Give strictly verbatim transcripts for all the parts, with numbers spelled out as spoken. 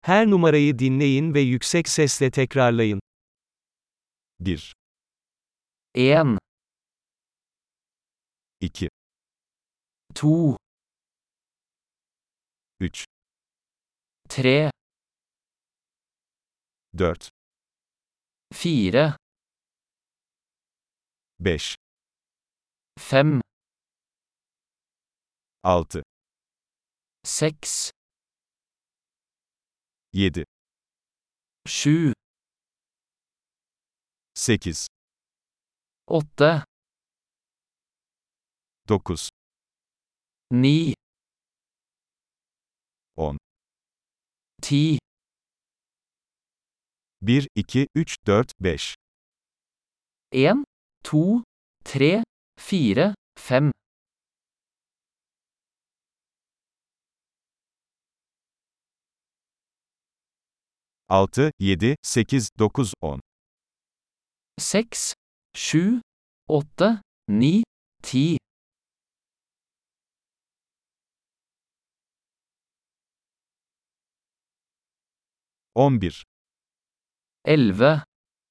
Her numarayı dinleyin ve yüksek sesle tekrarlayın. bir, En, iki, to, üç, tre, dört, fire, beş, fem, altı, seks, yedi, sju, sekiz, åtte, dokuz, ni, on, ti, bir, iki, üç, dört, beş, en, to, tre, fire, fem, altı, yedi, sekiz, dokuz, on, seks, sju, åtte, ni, ti, on bir, elleve,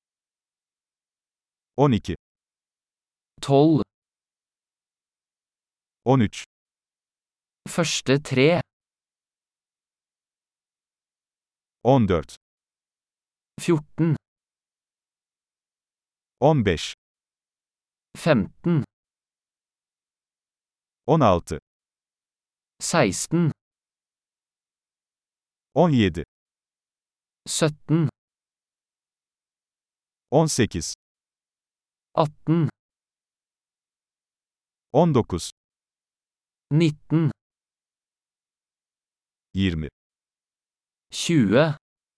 on iki, tolv, on üç, første tre, on dört, fjorten, on beş, femten, on altı, seksten, on yedi, sytten, on sekiz, atten, on dokuz, nitten, yirmi, tjue,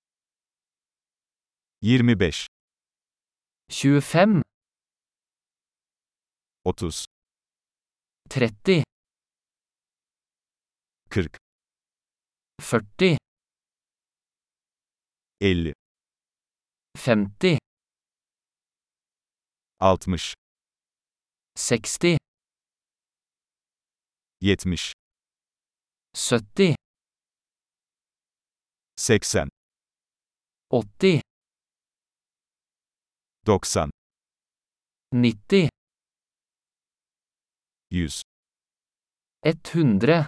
yirmi beş, tjuefem, otuz, tretti, kırk, førti, elli, femti, altmış, seksti, yetmiş, sytti, seksen, åtti, doksan, nitti, yüz, ett hundre,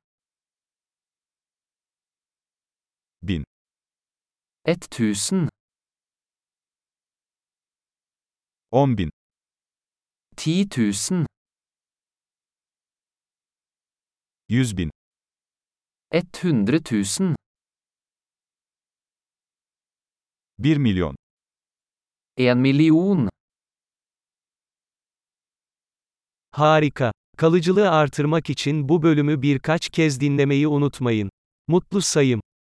bin, ett tusen, on bin, ti tusen, yüz bin, ett hundre tusen, bir milyon. en million. Harika. Kalıcılığı artırmak için bu bölümü birkaç kez dinlemeyi unutmayın. Mutlu sayım.